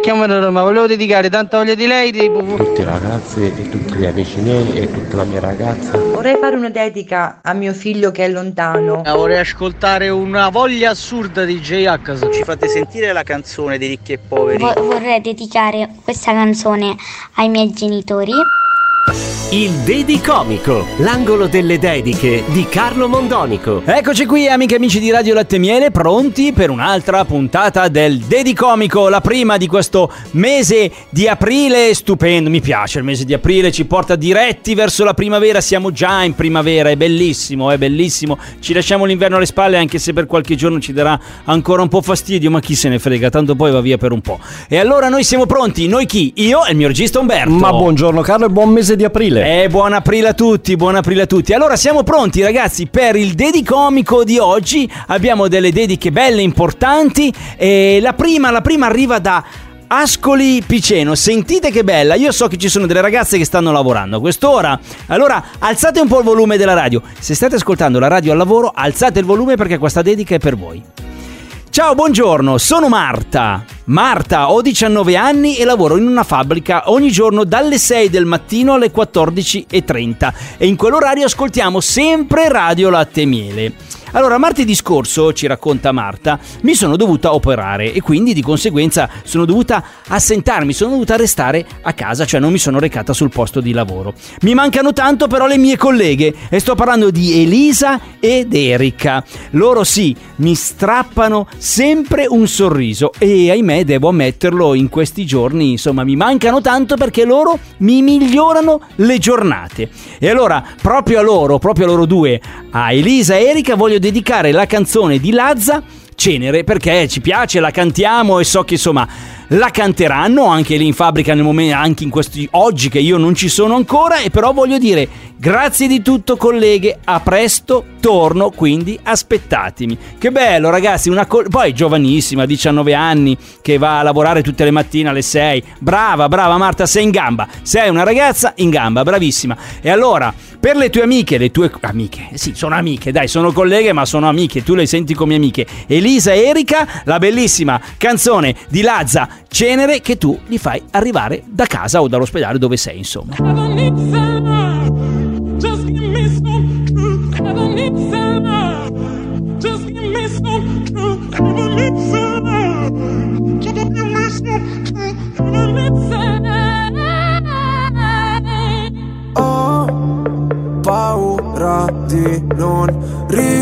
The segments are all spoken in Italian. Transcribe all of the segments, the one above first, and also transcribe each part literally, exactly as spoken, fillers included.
chiamo da Roma, volevo dedicare tanta voglia di lei tipo... tutti i ragazzi e tutti gli amici miei e tutta la mia ragazza. Vorrei fare una dedica a mio figlio che è lontano. Vorrei ascoltare una voglia assurda di J-H. Ci fate sentire la canzone dei ricchi e poveri? Vo- vorrei dedicare questa canzone ai miei genitori. Il Dedicomico, l'angolo delle dediche di Carlo Mondonico. Eccoci qui, amiche e amici di Radio Latte e Miele, pronti per un'altra puntata del Dedicomico, la prima di questo mese di aprile. Stupendo, mi piace il mese di aprile, ci porta diretti verso la primavera, siamo già in primavera, è bellissimo, è bellissimo. Ci lasciamo l'inverno alle spalle, anche se per qualche giorno ci darà ancora un po' fastidio, ma chi se ne frega, tanto poi va via per un po'. E allora noi siamo pronti, noi chi? Io e il mio regista Umberto. Ma buongiorno Carlo e buon mese di aprile. Eh, buon aprile a tutti, buon aprile a tutti. Allora siamo pronti ragazzi per il Dedicomico di oggi. Abbiamo delle dediche belle, importanti. E la prima, la prima arriva da Ascoli Piceno. Sentite che bella. Io so che ci sono delle ragazze che stanno lavorando a quest'ora. Allora alzate un po' il volume della radio. Se state ascoltando la radio al lavoro, alzate il volume perché questa dedica è per voi. Ciao, buongiorno, sono Marta. Marta, ho diciannove anni e lavoro in una fabbrica ogni giorno dalle sei del mattino alle quattordici e trenta e in quell'orario ascoltiamo sempre Radio Latte e Miele. Allora, martedì scorso, ci racconta Marta, mi sono dovuta operare e quindi di conseguenza sono dovuta assentarmi, sono dovuta restare a casa, cioè non mi sono recata sul posto di lavoro. Mi mancano tanto però le mie colleghe e sto parlando di Elisa ed Erika. Loro sì, mi strappano sempre un sorriso e ahimè devo ammetterlo, in questi giorni insomma mi mancano tanto perché loro mi migliorano le giornate. E allora proprio a loro, proprio a loro due, a Elisa e Erika voglio dedicare la canzone di Lazza, Cenere, perché ci piace, la cantiamo e so che insomma la canteranno anche lì in fabbrica nel momento, anche in questi oggi che io non ci sono ancora. E però voglio dire grazie di tutto colleghe, a presto, torno, quindi aspettatemi. Che bello ragazzi, una co- poi giovanissima, diciannove anni, che va a lavorare tutte le mattine alle sei. Brava, brava Marta, sei in gamba, sei una ragazza in gamba, bravissima. E allora per le tue amiche, le tue amiche, sì sono amiche, dai, sono colleghe ma sono amiche, tu le senti come amiche, Elisa e Erika, la bellissima canzone di Lazza, Cenere, che tu gli fai arrivare da casa o dall'ospedale dove sei insomma. Ho paura di non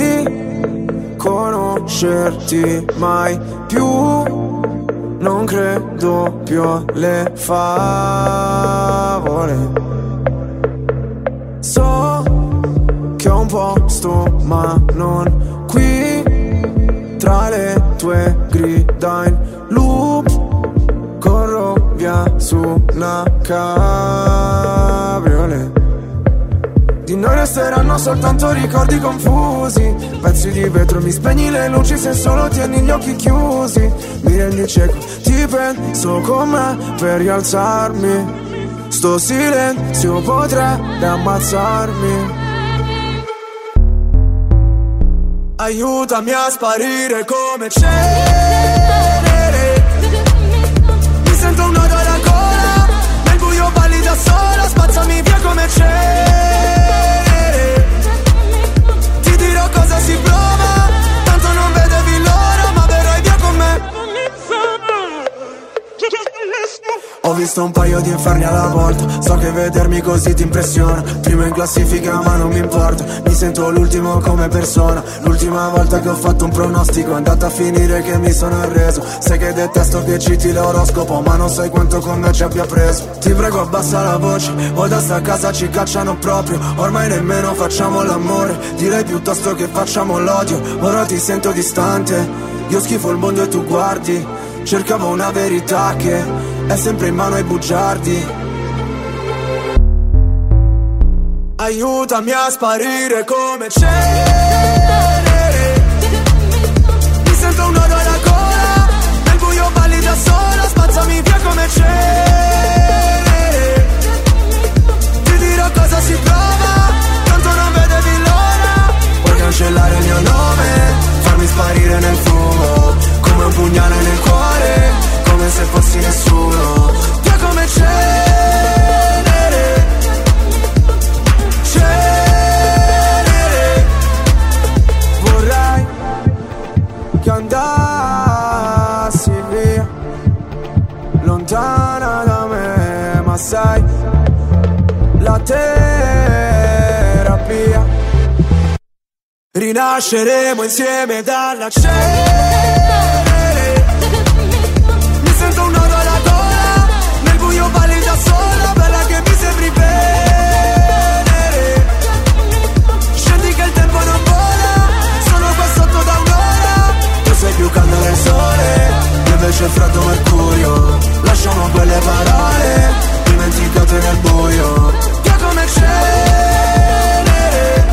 riconoscerti mai più. Non credo più alle favole. So che ho un posto ma non qui, tra le tue grida in loop. Corro via su una cabriolet. Di noi resteranno soltanto ricordi confusi, pezzi di vetro, mi spegni le luci se solo tieni gli occhi chiusi. Mi rendi cieco, ti penso con me per rialzarmi. Sto silenzio potrebbe ammazzarmi. Aiutami a sparire come cenere. Mi sento un nodo alla gola, nel buio balli da sola, spazzami via come cenere. Ti dirò cosa si prova, tanto non vedevi l'ora, ma verrai via con me. Ho visto un paio di inferni alla volta, so che vedermi così ti impressiona. Primo in classifica ma non mi importa, mi sento l'ultimo come persona. L'ultima volta che ho fatto un pronostico è andata a finire che mi sono arreso. Sai che detesto che citi l'oroscopo, ma non sai quanto con me ci abbia preso. Ti prego abbassa la voce, o da sta casa ci cacciano proprio. Ormai nemmeno facciamo l'amore, direi piuttosto che facciamo l'odio. Ora ti sento distante, io schifo il mondo e tu guardi. Cercavo una verità che è sempre in mano ai bugiardi. Aiutami a sparire come cenere. Mi sento un nodo alla gola, nel buio balli da sola, spazzami via come cenere. Ti dirò cosa si prova, tanto non vedevi l'ora. Puoi cancellare il mio nome, farmi sparire nel fumo, come un pugnale nel cuore, come se fossi nessuno. lontana da me, ma sai, la terapia. Rinasceremo insieme dalla cenere. Mi sento un nodo alla gola, nel buio balli da sola, bella che mi sembri venere. Scendi che il tempo non vola, sono qua sotto da un'ora. Tu sei più caldo del sole, io invece freddo mercurio. Lasciamo quelle parole dimenticate nel buio, che come cenere.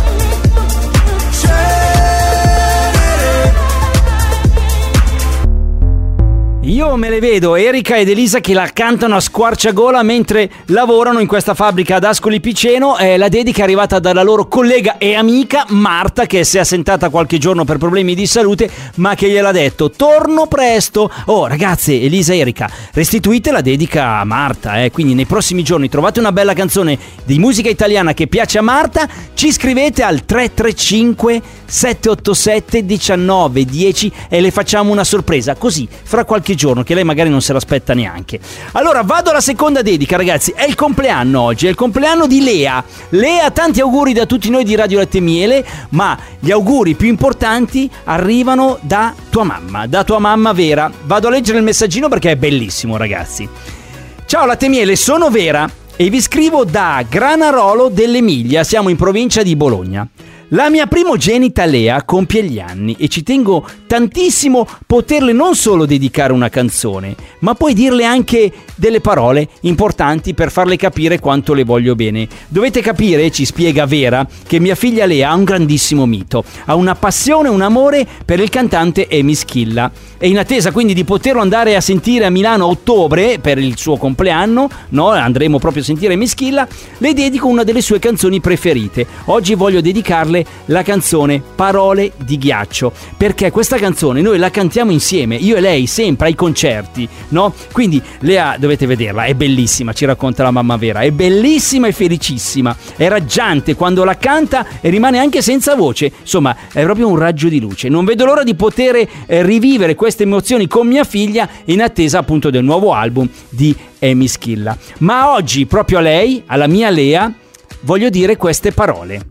Io me le vedo Erika ed Elisa che la cantano a squarciagola mentre lavorano in questa fabbrica ad Ascoli Piceno. Eh, la dedica è arrivata dalla loro collega e amica Marta, che si è assentata qualche giorno per problemi di salute, ma che gliel'ha detto torno presto. Oh ragazze, Elisa e Erika, restituite la dedica a Marta, eh. Quindi nei prossimi giorni trovate una bella canzone di musica italiana che piace a Marta, ci scrivete al tre tre cinque sette otto sette uno nove uno zero e le facciamo una sorpresa, così fra qualche giorno che lei magari non se l'aspetta neanche. Allora vado alla seconda dedica, ragazzi. È il compleanno oggi, è il compleanno di Lea. Lea, tanti auguri da tutti noi di Radio Latte Miele, ma gli auguri più importanti arrivano da tua mamma, da tua mamma Vera. Vado a leggere il messaggino perché è bellissimo, ragazzi. Ciao Latte Miele, sono Vera e vi scrivo da Granarolo dell'Emilia, siamo in provincia di Bologna. La mia primogenita Lea compie gli anni e ci tengo tantissimo poterle non solo dedicare una canzone, ma poi dirle anche delle parole importanti per farle capire quanto le voglio bene. Dovete capire, ci spiega Vera, che mia figlia Lea ha un grandissimo mito, ha una passione, un amore per il cantante Emi Schilla. E in attesa quindi di poterlo andare a sentire a Milano a ottobre per il suo compleanno, no? Andremo proprio a sentire Emi Schilla, le dedico una delle sue canzoni preferite. Oggi voglio dedicarle la canzone Parole di ghiaccio, perché questa canzone noi la cantiamo insieme, io e lei, sempre ai concerti, no? Quindi Lea, dovete vederla, è bellissima, ci racconta la mamma Vera, è bellissima e felicissima, è raggiante quando la canta e rimane anche senza voce, insomma è proprio un raggio di luce. Non vedo l'ora di poter eh, rivivere queste emozioni con mia figlia in attesa appunto del nuovo album di Emi Schilla. Ma oggi proprio a lei, alla mia Lea, voglio dire queste parole.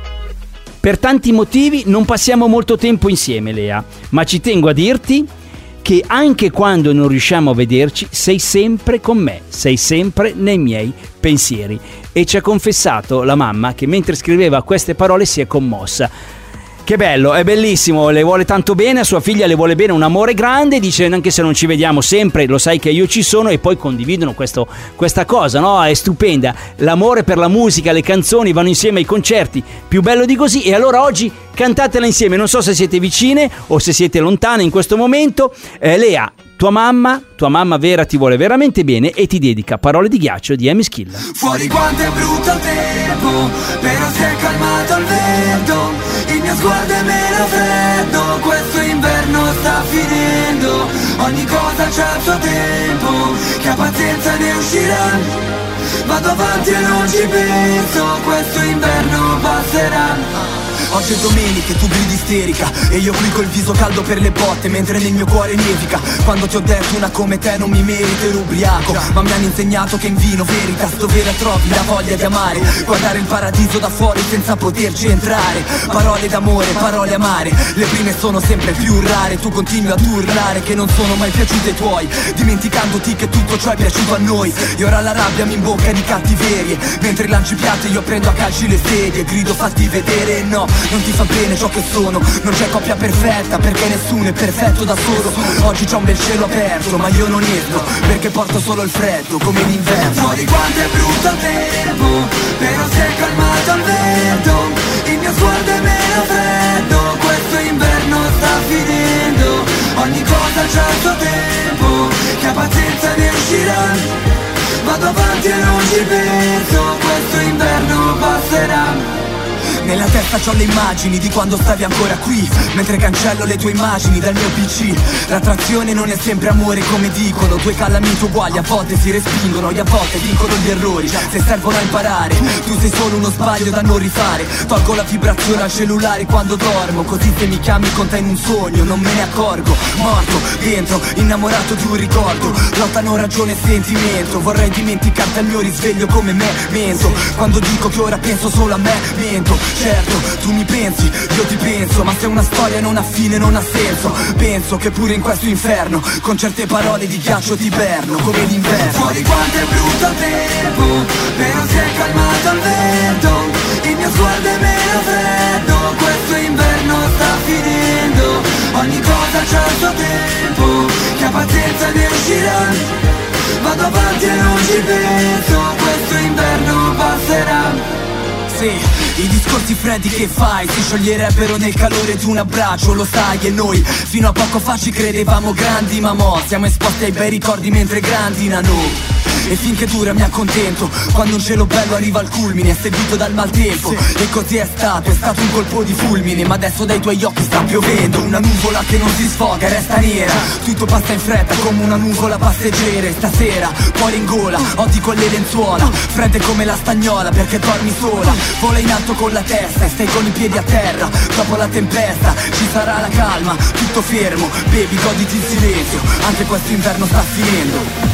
Per tanti motivi non passiamo molto tempo insieme, Lea, ma ci tengo a dirti che anche quando non riusciamo a vederci sei sempre con me, sei sempre nei miei pensieri. E ci ha confessato la mamma che mentre scriveva queste parole si è commossa. Che bello, è bellissimo, le vuole tanto bene, a sua figlia le vuole bene, un amore grande, dice anche se non ci vediamo sempre, lo sai che io ci sono, e poi condividono questo, questa cosa, no? È stupenda, l'amore per la musica, le canzoni, vanno insieme ai concerti, più bello di così. E allora oggi cantatela insieme, non so se siete vicine o se siete lontane in questo momento. eh, Lea, tua mamma, tua mamma Vera ti vuole veramente bene e ti dedica Parole di ghiaccio di Emi Schilla. Fuori quanto è brutto il tempo, però si è calmato il vento, il mio sguardo è meno freddo, questo inverno sta finendo, ogni cosa c'ha il suo tempo, che ha pazienza ne uscirà, vado avanti e non ci penso, questo inverno passerà. Oggi è domenica e tu gridi isterica e io qui col viso caldo per le botte mentre nel mio cuore nevica. Quando ti ho detto una come te non mi merito, ero ubriaco, ma mi hanno insegnato che in vino Veritas dove la trovi la voglia di amare, guardare il paradiso da fuori senza poterci entrare. Parole d'amore, parole amare, le prime sono sempre più rare. Tu continui ad urlare che non sono mai piaciute ai tuoi, dimenticandoti che tutto ciò è piaciuto a noi. E ora la rabbia mi imbocca di cattiverie, mentre lanci piatti io prendo a calci le sedie, grido fatti vedere, no, non ti fa bene ciò che sono, non c'è coppia perfetta perché nessuno è perfetto da solo. Oggi c'ho un bel cielo aperto ma io non esco perché porto solo il freddo come l'inverno. Fuori quanto è brutto il tempo, però si è calmato il vento, il mio sguardo è meno freddo, questo inverno sta finendo, ogni cosa c'ha il suo tempo, che ha pazienza ne uscirà, vado avanti e non ci penso, questo inverno passerà. Nella testa c'ho le immagini di quando stavi ancora qui, mentre cancello le tue immagini dal mio P C. L'attrazione non è sempre amore come dicono, due calamiti uguali a volte si respingono e a volte vincono gli errori se servono a imparare. Tu sei solo uno sbaglio da non rifare, tolgo la vibrazione al cellulare quando dormo, così se mi chiami con te in un sogno non me ne accorgo. Morto dentro, innamorato di un ricordo, lottano ragione e sentimento. Vorrei dimenticarti al mio risveglio come me mento, quando dico che ora penso solo a me mento. Certo, tu mi pensi, io ti penso, ma se una storia non ha fine non ha senso. Penso che pure in questo inferno con certe parole di ghiaccio ti perno come l'inverno. Fuori quanto è brutto il tempo, però si è calmato il vento, il mio sguardo è meno freddo, questo inverno sta finendo. Ogni cosa c'ha il suo tempo, chi ha pazienza ne uscirà. Vado avanti e non ci penso, questo inverno passerà. Sì, i discorsi freddi che fai si scioglierebbero nel calore di un abbraccio, lo sai. E noi fino a poco fa ci credevamo grandi, ma mo siamo esposti ai bei ricordi mentre grandinano. E finché dura mi accontento, quando un cielo bello arriva al culmine, seguito dal maltempo. E così è stato, è stato un colpo di fulmine, ma adesso dai tuoi occhi sta piovendo. Una nuvola che non si sfoga, resta nera, tutto passa in fretta come una nuvola passeggera. E stasera, cuore in gola, otti con le lenzuola, fredde come la stagnola perché dormi sola. Vola in alto con la testa e stai con i piedi a terra. Dopo la tempesta ci sarà la calma, tutto fermo, baby goditi il silenzio, anche questo inverno sta finendo.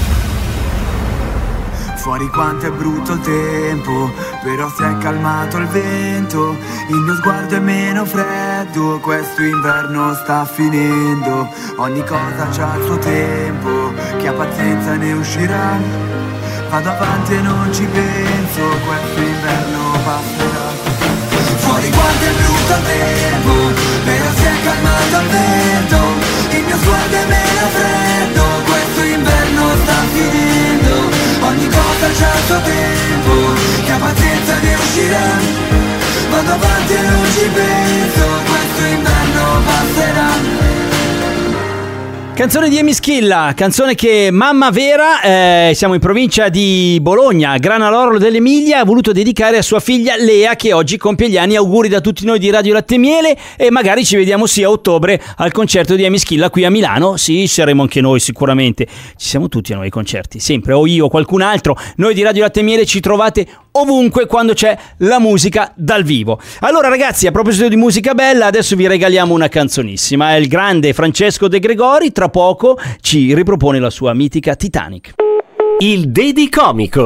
Fuori quanto è brutto il tempo, però si è calmato il vento, il mio sguardo è meno freddo, questo inverno sta finendo. Ogni cosa c'ha il suo tempo, chi ha pazienza ne uscirà. Vado avanti e non ci penso, questo inverno passerà. Fuori quanto è brutto il tempo, però si è calmato il vento, il mio sguardo è meno freddo, questo inverno sta finendo. Ogni cosa c'ha il suo tempo, chi ha pazienza ne uscirà. Vado avanti e non ci penso, questo inverno passerà. Canzone di Emischilla, canzone che mamma Vera, eh, siamo in provincia di Bologna, Granarolo dell'Emilia, ha voluto dedicare a sua figlia Lea che oggi compie gli anni. Auguri da tutti noi di Radio Latte e Miele e magari ci vediamo sì a ottobre al concerto di Emischilla qui a Milano. Sì, saremo anche noi sicuramente, ci siamo tutti a noi ai concerti, sempre, o io o qualcun altro. Noi di Radio Latte e Miele ci trovate ovunque quando c'è la musica dal vivo. Allora ragazzi, a proposito di musica bella, adesso vi regaliamo una canzonissima. È il grande Francesco De Gregori, tra poco ci ripropone la sua mitica Titanic. Il Dedicomico.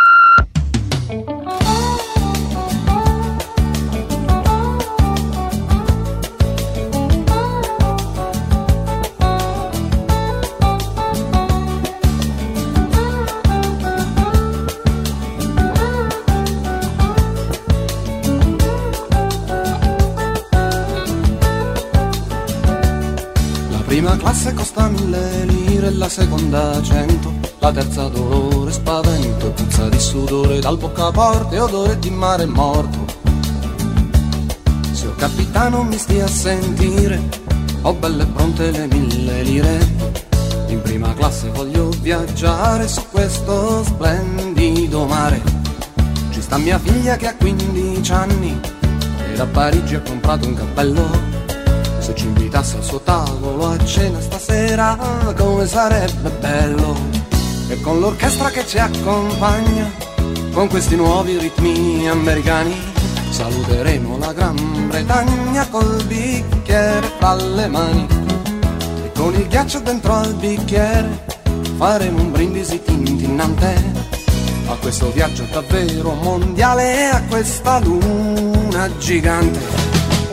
Prima classe costa mille lire, la seconda cento, la terza dolore e spavento, e puzza di sudore dal boccaporte e odore di mare morto. Signor capitano mi stia a sentire, ho belle pronte le mille lire, in prima classe voglio viaggiare su questo splendido mare. Ci sta mia figlia che ha quindici anni e da Parigi ha comprato un cappello. Se ci invitasse al suo tavolo a cena stasera, come sarebbe bello. E con l'orchestra che ci accompagna, con questi nuovi ritmi americani, saluteremo la Gran Bretagna col bicchiere fra le mani. E con il ghiaccio dentro al bicchiere faremo un brindisi tintinnante a questo viaggio davvero mondiale e a questa luna gigante.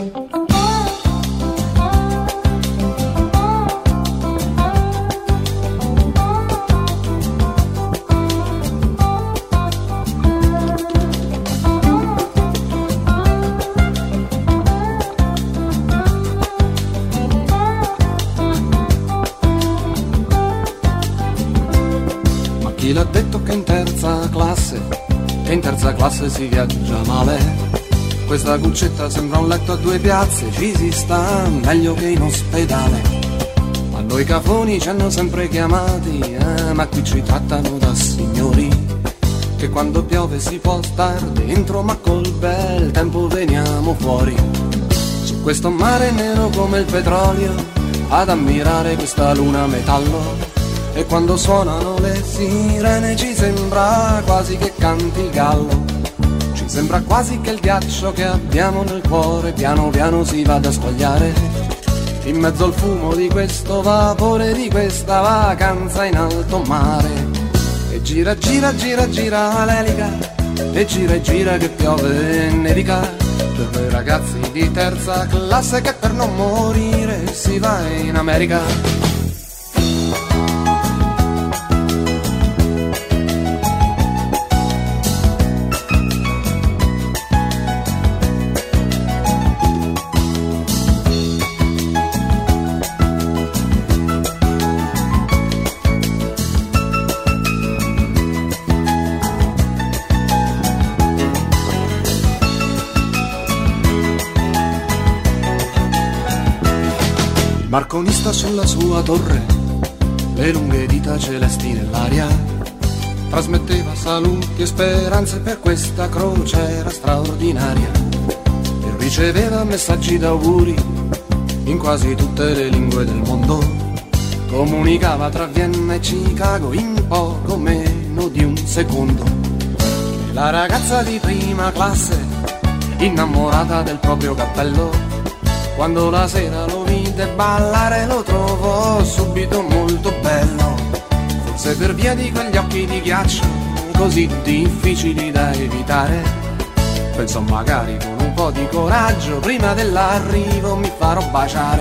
Chi l'ha detto che in terza classe, che in terza classe si viaggia male? Questa cuccetta sembra un letto a due piazze, ci si sta meglio che in ospedale. A noi cafoni ci hanno sempre chiamati, eh, ma qui ci trattano da signori. che quando piove si può star dentro, ma col bel tempo veniamo fuori. Su questo mare nero come il petrolio, ad ammirare questa luna metallo. E quando suonano le sirene ci sembra quasi che canti il gallo. Ci sembra quasi che il ghiaccio che abbiamo nel cuore piano piano si vada a squagliare. In mezzo al fumo di questo vapore, di questa vacanza in alto mare. E gira, gira, gira, gira l'elica, e gira e gira che piove e nevica. Per noi ragazzi di terza classe che per non morire si va in America. Marconista sulla sua torre, le lunghe dita celesti nell'aria, trasmetteva saluti e speranze per questa crociera straordinaria, e riceveva messaggi d'auguri in quasi tutte le lingue del mondo, comunicava tra Vienna e Chicago in poco meno di un secondo. E la ragazza di prima classe, innamorata del proprio cappello, quando la sera lo vide ballare lo trovò subito molto bello. Forse per via di quegli occhi di ghiaccio così difficili da evitare, pensò magari con un po' di coraggio prima dell'arrivo mi farò baciare.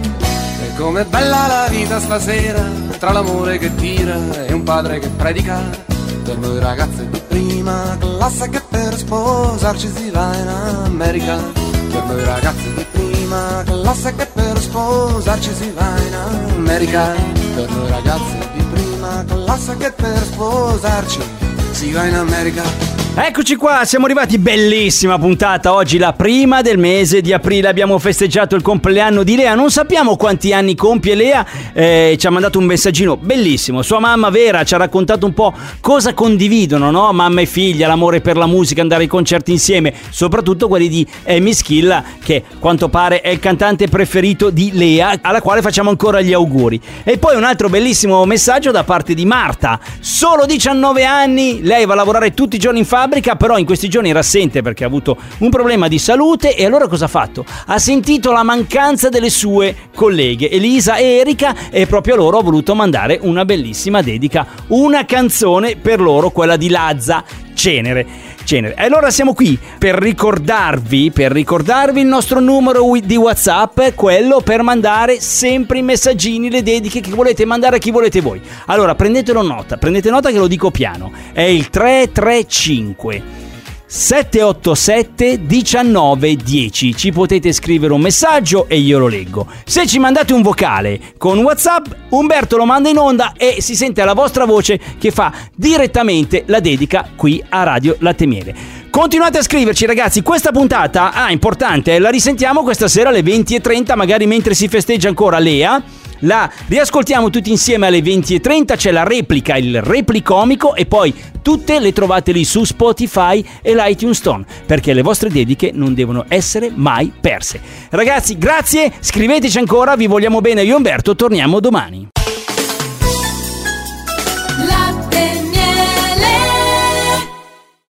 E com'è bella la vita stasera, tra l'amore che tira e un padre che predica, per noi ragazze di prima classe che per sposarci si va in America. Per noi ragazze di prima classe che per sposarci si va in America. Per noi ragazze di prima classe che per sposarci si va in America. Eccoci qua, siamo arrivati, bellissima puntata oggi, la prima del mese di aprile. Abbiamo festeggiato il compleanno di Lea, non sappiamo quanti anni compie Lea, eh, ci ha mandato un messaggino bellissimo. Sua mamma Vera ci ha raccontato un po' cosa condividono, no? Mamma e figlia, l'amore per la musica, andare ai concerti insieme, soprattutto quelli di Amy Schilla, che quanto pare è il cantante preferito di Lea, alla quale facciamo ancora gli auguri. E poi un altro bellissimo messaggio da parte di Marta, solo diciannove anni, lei va a lavorare tutti i giorni in fabbrica, però in questi giorni era assente perché ha avuto un problema di salute. E allora cosa ha fatto? Ha sentito la mancanza delle sue colleghe Elisa e Erika, e proprio a loro ho voluto mandare una bellissima dedica, una canzone per loro, quella di Lazza, Cenere. Cenere. E allora siamo qui per ricordarvi, per ricordarvi il nostro numero di WhatsApp, quello per mandare sempre i messaggini, le dediche che volete mandare a chi volete voi. Allora prendetelo nota, prendete nota che lo dico piano. È il tre tre cinque sette otto sette uno nove uno zero. Ci potete scrivere un messaggio e io lo leggo. Se ci mandate un vocale con WhatsApp, Umberto lo manda in onda e si sente la vostra voce che fa direttamente la dedica qui a Radio Latte Miele. Continuate a scriverci ragazzi, questa puntata, ah importante, la risentiamo questa sera alle venti e trenta, magari mentre si festeggia ancora Lea. La riascoltiamo tutti insieme alle venti e trenta, c'è la replica, il replicomico, e poi tutte le trovate lì su Spotify e l'iTunes Store, perché le vostre dediche non devono essere mai perse. Ragazzi, grazie, scriveteci ancora, vi vogliamo bene io e Umberto, torniamo domani.